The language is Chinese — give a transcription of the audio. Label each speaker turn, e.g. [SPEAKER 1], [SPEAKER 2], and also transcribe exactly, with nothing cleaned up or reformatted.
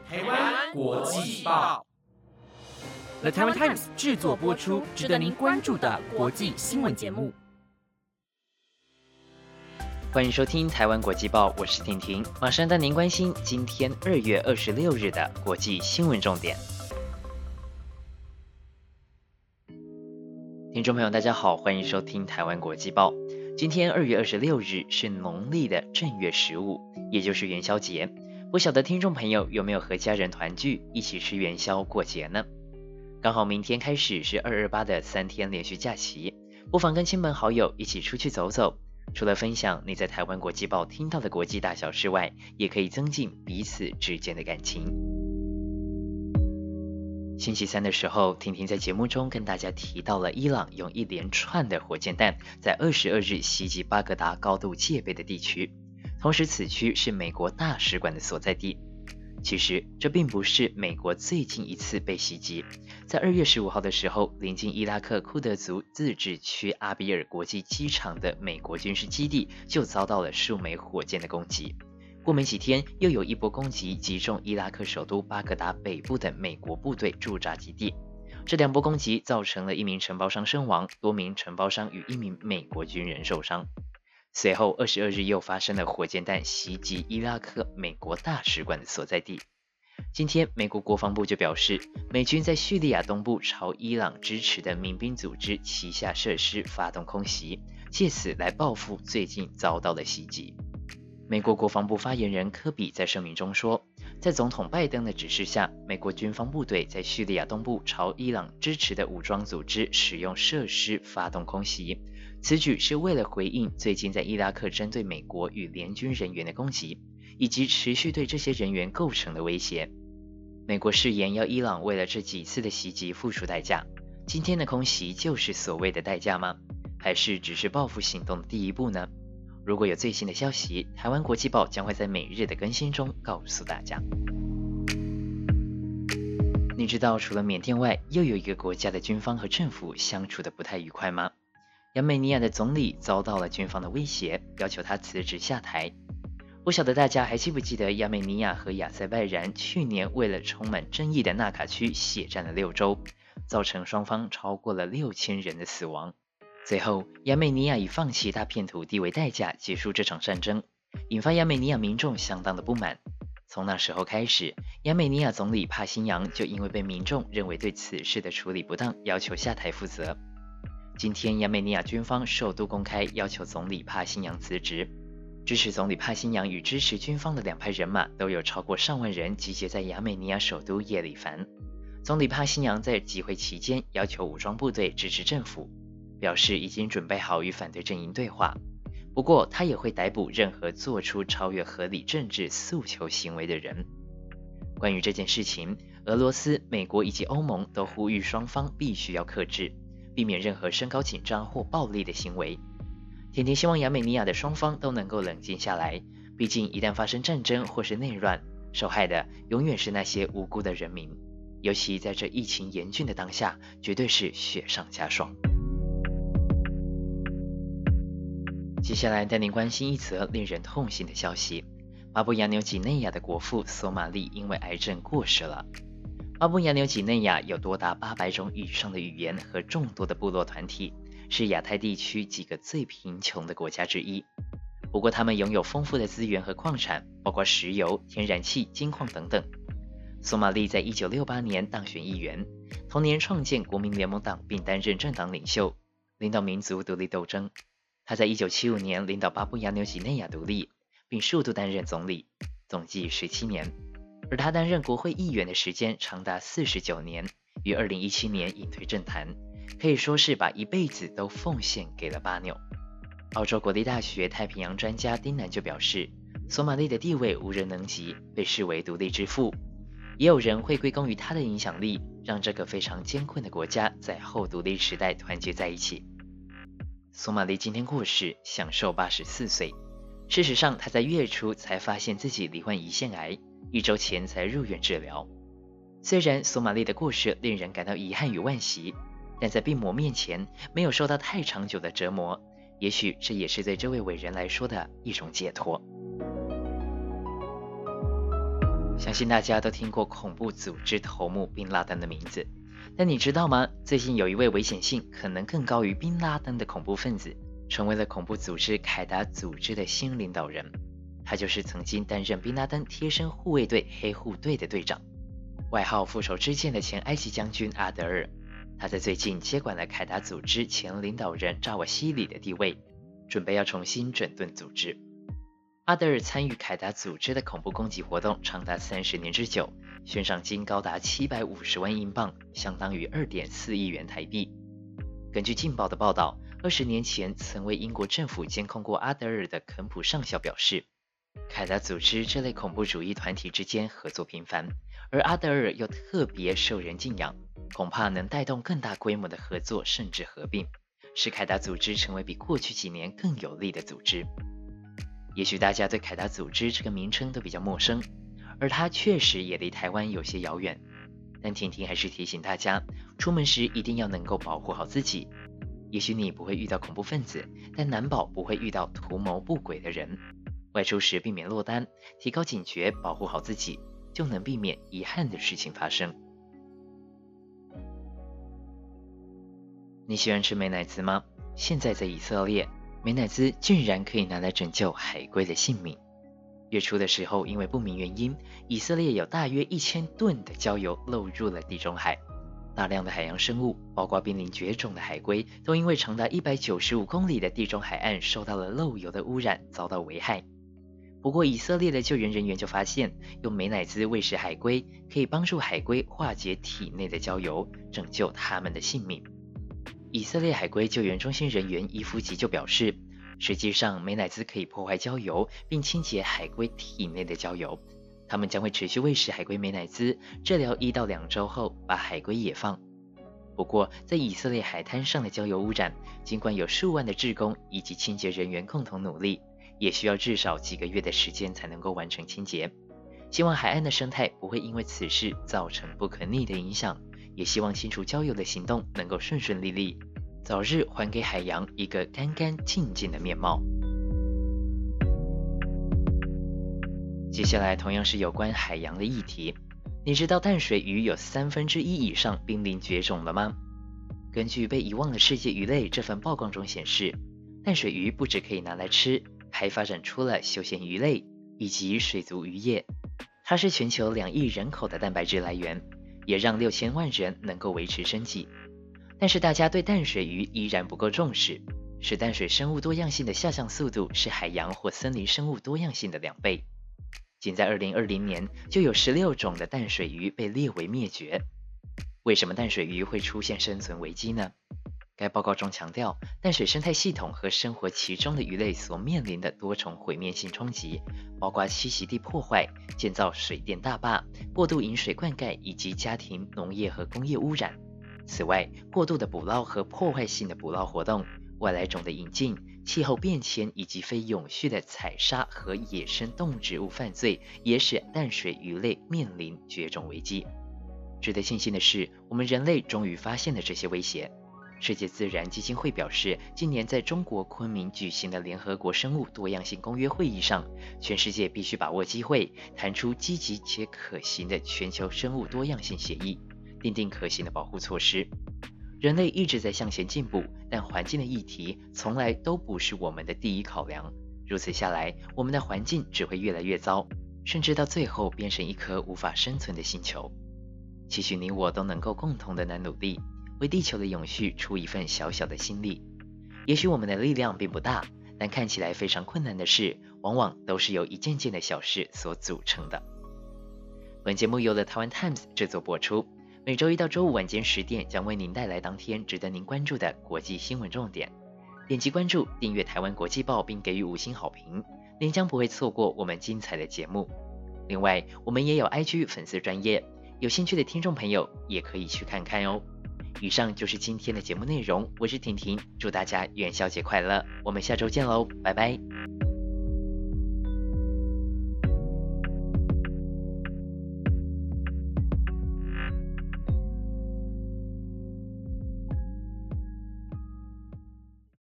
[SPEAKER 1] 台湾国际报
[SPEAKER 2] The Taiwan Times 制作播出，值得您关注的国际新闻节目。
[SPEAKER 3] 欢迎收听台湾国际报，我是婷婷，马上带您关心今天二月二十六日的国际新闻重点。听众朋友大家好，欢迎收听台湾国际报。今天二月二十六日是农历的正月十五，也就是元宵节。不晓得听众朋友有没有和家人团聚，一起吃元宵过节呢？刚好明天开始是二二八的三天连续假期，不妨跟亲朋好友一起出去走走。除了分享你在台湾国际报听到的国际大小事外，也可以增进彼此之间的感情。星期三的时候，婷婷在节目中跟大家提到了伊朗用一连串的火箭弹在二十二日袭击巴格达高度戒备的地区，同时此区是美国大使馆的所在地。其实这并不是美国最近一次被袭击，在二月十五号的时候，临近伊拉克库德族自治区阿比尔国际机场的美国军事基地就遭到了数枚火箭的攻击。过没几天，又有一波攻击击中伊拉克首都巴格达北部的美国部队驻扎基地。这两波攻击造成了一名承包商身亡，多名承包商与一名美国军人受伤。随后二十二日又发生了火箭弹袭击伊拉克美国大使馆的所在地。今天美国国防部就表示，美军在叙利亚东部朝伊朗支持的民兵组织旗下设施发动空袭，借此来报复最近遭到的袭击。美国国防部发言人科比在声明中说，在总统拜登的指示下，美国军方部队在叙利亚东部朝伊朗支持的武装组织使用设施发动空袭，此举是为了回应最近在伊拉克针对美国与联军人员的攻击，以及持续对这些人员构成的威胁。美国誓言要伊朗为了这几次的袭击付出代价，今天的空袭就是所谓的代价吗？还是只是报复行动的第一步呢？如果有最新的消息，台湾国际报将会在每日的更新中告诉大家。你知道除了缅甸外，又有一个国家的军方和政府相处的不太愉快吗？亚美尼亚的总理遭到了军方的威胁，要求他辞职下台。不晓得大家还记不记得亚美尼亚和亚塞拜然去年为了充满争议的纳卡区血战了六周，造成双方超过了六千人的死亡。最后，亚美尼亚以放弃大片土地为代价结束这场战争，引发亚美尼亚民众相当的不满。从那时候开始，亚美尼亚总理帕辛扬就因为被民众认为对此事的处理不当，要求下台负责。今天，亚美尼亚军方首度公开要求总理帕辛扬辞职。支持总理帕辛扬与支持军方的两派人马都有超过上万人集结在亚美尼亚首都耶里凡。总理帕辛扬在集会期间要求武装部队支持政府，表示已经准备好与反对阵营对话，不过他也会逮捕任何做出超越合理政治诉求行为的人。关于这件事情，俄罗斯、美国以及欧盟都呼吁双方必须要克制，避免任何升高紧张或暴力的行为。甜甜希望亚美尼亚的双方都能够冷静下来，毕竟一旦发生战争或是内乱，受害的永远是那些无辜的人民，尤其在这疫情严峻的当下，绝对是雪上加霜。接下来带您关心一则令人痛心的消息，巴布亚纽几内亚的国父索马利因为癌症过世了。巴布亚纽几内亚有多达八百种以上的语言和众多的部落团体，是亚太地区几个最贫穷的国家之一。不过他们拥有丰富的资源和矿产，包括石油、天然气、金矿等等。索马利在一九六八年当选议员，同年创建国民联盟党并担任政党领袖，领导民族独立斗争。他在一九七五年领导巴布亚纽几内亚独立，并数度担任总理，总计十七年。而他担任国会议员的时间长达四十九年，于二零一七年隐退政坛，可以说是把一辈子都奉献给了巴纽。澳洲国立大学太平洋专家丁南就表示，索马利的地位无人能及，被视为独立之父。也有人会归功于他的影响力，让这个非常艰困的国家在后独立时代团结在一起。索马利今天过世，享寿八十四岁。事实上，他在月初才发现自己罹患胰腺癌，一周前才入院治疗。虽然索马利的过世令人感到遗憾与惋惜，但在病魔面前没有受到太长久的折磨，也许这也是对这位伟人来说的一种解脱。 相信大家都听过恐怖组织头目宾拉登的名字，但你知道吗？最近有一位危险性可能更高于宾拉登的恐怖分子，成为了恐怖组织凯达组织的新领导人。他就是曾经担任宾拉登贴身护卫队黑护队的队长，外号复仇之剑的前埃及将军阿德尔。他在最近接管了凯达组织前领导人扎瓦希里的地位，准备要重新整顿组织。阿德尔参与凯达组织的恐怖攻击活动长达三十年之久，悬赏金高达七百五十万英镑，相当于 二点四亿元台币。根据《镜报》的报道，二十年前曾为英国政府监控过阿德尔的肯普上校表示，凯达组织这类恐怖主义团体之间合作频繁，而阿德尔又特别受人敬仰，恐怕能带动更大规模的合作甚至合并，使凯达组织成为比过去几年更有力的组织。也许大家对凯达组织这个名称都比较陌生，而它确实也离台湾有些遥远。但婷婷还是提醒大家，出门时一定要能够保护好自己。也许你不会遇到恐怖分子，但难保不会遇到图谋不轨的人。外出时避免落单，提高警觉，保护好自己，就能避免遗憾的事情发生。你喜欢吃美乃滋吗？现在在以色列，美乃滋竟然可以拿来拯救海龟的性命。月初的时候，因为不明原因，以色列有大约一千吨的焦油漏入了地中海。大量的海洋生物，包括濒临绝种的海龟，都因为长达一百九十五公里的地中海岸受到了漏油的污染，遭到危害。不过，以色列的救援人员就发现，用美乃滋喂食海龟，可以帮助海龟化解体内的焦油，拯救它们的性命。以色列海龟救援中心人员伊夫吉就表示，实际上美乃滋可以破坏焦油，并清洁海龟体内的焦油。他们将会持续喂食海龟美乃滋，治疗一到两周后把海龟野放。不过，在以色列海滩上的焦油污染，尽管有数万的志工以及清洁人员共同努力，也需要至少几个月的时间才能够完成清洁。希望海岸的生态不会因为此事造成不可逆的影响，也希望清除焦油的行动能够顺顺利利，早日还给海洋一个干干净净的面貌。接下来同样是有关海洋的议题，你知道淡水鱼有三分之一以上濒临绝种了吗？根据被遗忘的世界鱼类这份报告中显示，淡水鱼不只可以拿来吃，还发展出了休闲鱼类以及水族渔业。它是全球两亿人口的蛋白质来源，也让六千万人能够维持生计。但是大家对淡水鱼依然不够重视，使淡水生物多样性的下降速度是海洋或森林生物多样性的两倍。仅在二零二零年，就有十六种的淡水鱼被列为灭绝。为什么淡水鱼会出现生存危机呢？该报告中强调，淡水生态系统和生活其中的鱼类所面临的多重毁灭性冲击，包括栖息地破坏、建造水电大坝、过度饮水灌溉以及家庭、农业和工业污染。此外，过度的捕捞和破坏性的捕捞活动、外来种的引进、气候变迁以及非永续的采杀和野生动植物犯罪，也使淡水鱼类面临绝种危机。值得庆幸的是，我们人类终于发现了这些威胁。世界自然基金会表示，今年在中国昆明举行的联合国生物多样性公约会议上，全世界必须把握机会，谈出积极且可行的全球生物多样性协议，订定可行的保护措施。人类一直在向前进步，但环境的议题从来都不是我们的第一考量。如此下来，我们的环境只会越来越糟，甚至到最后变成一颗无法生存的星球。期许你我都能够共同的来努力，为地球的永续出一份小小的心力。也许我们的力量并不大，但看起来非常困难的事，往往都是由一件件的小事所组成的。本节目由The Taiwan Times 制作播出，每周一到周五晚间十点将为您带来当天值得您关注的国际新闻重点。点击关注、订阅台湾国际报并给予五星好评，您将不会错过我们精彩的节目。另外，我们也有 I G 粉丝专页，有兴趣的听众朋友也可以去看看哦。以上就是今天的节目内容，我是婷婷，祝大家元宵节快乐，我们下周见喽，拜拜。